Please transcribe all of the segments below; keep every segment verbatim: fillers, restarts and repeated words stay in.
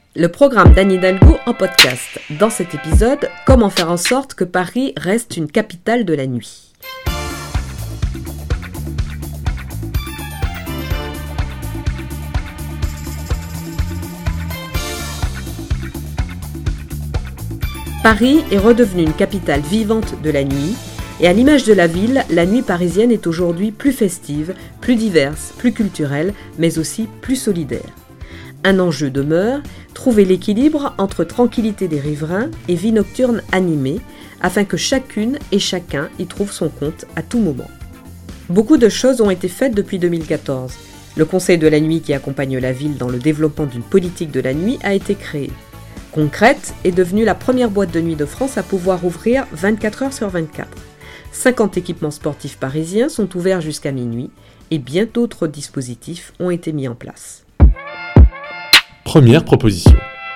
Le programme d'Anne Hidalgo en podcast. Dans cet épisode, comment faire en sorte que Paris reste une capitale de la nuit. Paris est redevenue une capitale vivante de la nuit, et à l'image de la ville, la nuit parisienne est aujourd'hui plus festive, plus diverse, plus culturelle, mais aussi plus solidaire. Un enjeu demeure, trouver l'équilibre entre tranquillité des riverains et vie nocturne animée, afin que chacune et chacun y trouve son compte à tout moment. Beaucoup de choses ont été faites depuis deux mille quatorze. Le Conseil de la nuit qui accompagne la ville dans le développement d'une politique de la nuit a été créé. Concrète est devenue la première boîte de nuit de France à pouvoir ouvrir vingt-quatre heures sur vingt-quatre. cinquante équipements sportifs parisiens sont ouverts jusqu'à minuit et bien d'autres dispositifs ont été mis en place. Première proposition.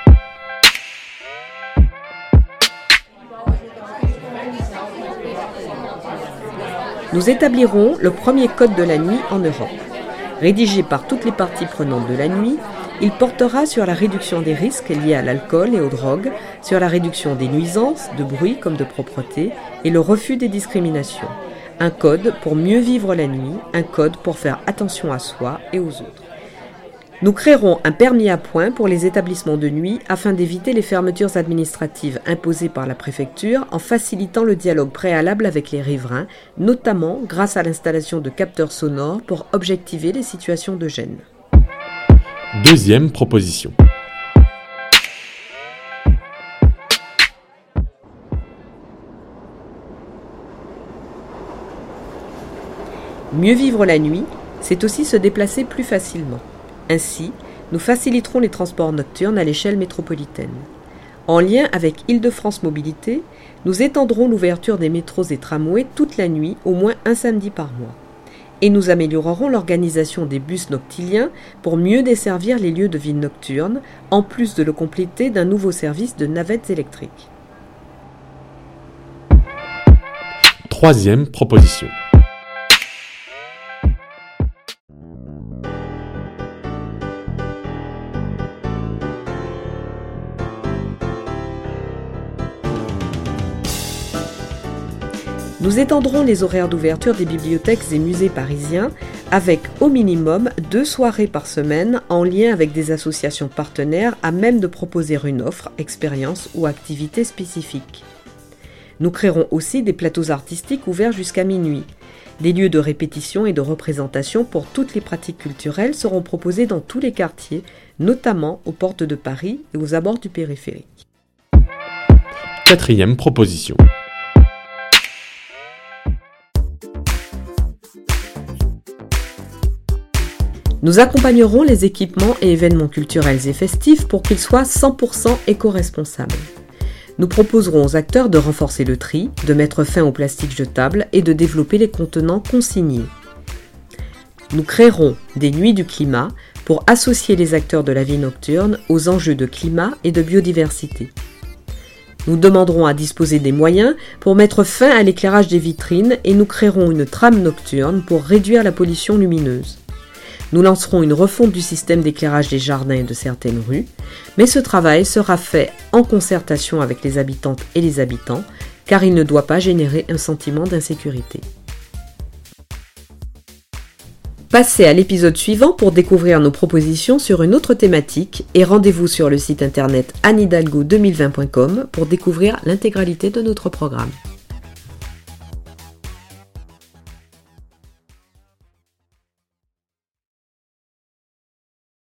Nous établirons le premier code de la nuit en Europe. Rédigé par toutes les parties prenantes de la nuit, il portera sur la réduction des risques liés à l'alcool et aux drogues, sur la réduction des nuisances, de bruit comme de propreté, et le refus des discriminations. Un code pour mieux vivre la nuit, un code pour faire attention à soi et aux autres. Nous créerons un permis à points pour les établissements de nuit afin d'éviter les fermetures administratives imposées par la préfecture en facilitant le dialogue préalable avec les riverains, notamment grâce à l'installation de capteurs sonores pour objectiver les situations de gêne. Deuxième proposition. Mieux vivre la nuit, c'est aussi se déplacer plus facilement. Ainsi, nous faciliterons les transports nocturnes à l'échelle métropolitaine. En lien avec Île-de-France Mobilité, nous étendrons l'ouverture des métros et tramways toute la nuit, au moins un samedi par mois. Et nous améliorerons l'organisation des bus noctiliens pour mieux desservir les lieux de vie nocturne, en plus de le compléter d'un nouveau service de navettes électriques. Troisième proposition. Nous étendrons les horaires d'ouverture des bibliothèques et musées parisiens avec au minimum deux soirées par semaine en lien avec des associations partenaires à même de proposer une offre, expérience ou activité spécifique. Nous créerons aussi des plateaux artistiques ouverts jusqu'à minuit. Des lieux de répétition et de représentation pour toutes les pratiques culturelles seront proposés dans tous les quartiers, notamment aux portes de Paris et aux abords du périphérique. Quatrième proposition. Nous accompagnerons les équipements et événements culturels et festifs pour qu'ils soient cent pour cent éco-responsables. Nous proposerons aux acteurs de renforcer le tri, de mettre fin au plastique jetable et de développer les contenants consignés. Nous créerons des nuits du climat pour associer les acteurs de la vie nocturne aux enjeux de climat et de biodiversité. Nous demanderons à disposer des moyens pour mettre fin à l'éclairage des vitrines et nous créerons une trame nocturne pour réduire la pollution lumineuse. Nous lancerons une refonte du système d'éclairage des jardins et de certaines rues, mais ce travail sera fait en concertation avec les habitantes et les habitants, car il ne doit pas générer un sentiment d'insécurité. Passez à l'épisode suivant pour découvrir nos propositions sur une autre thématique et rendez-vous sur le site internet anne hidalgo deux mille vingt point com pour découvrir l'intégralité de notre programme.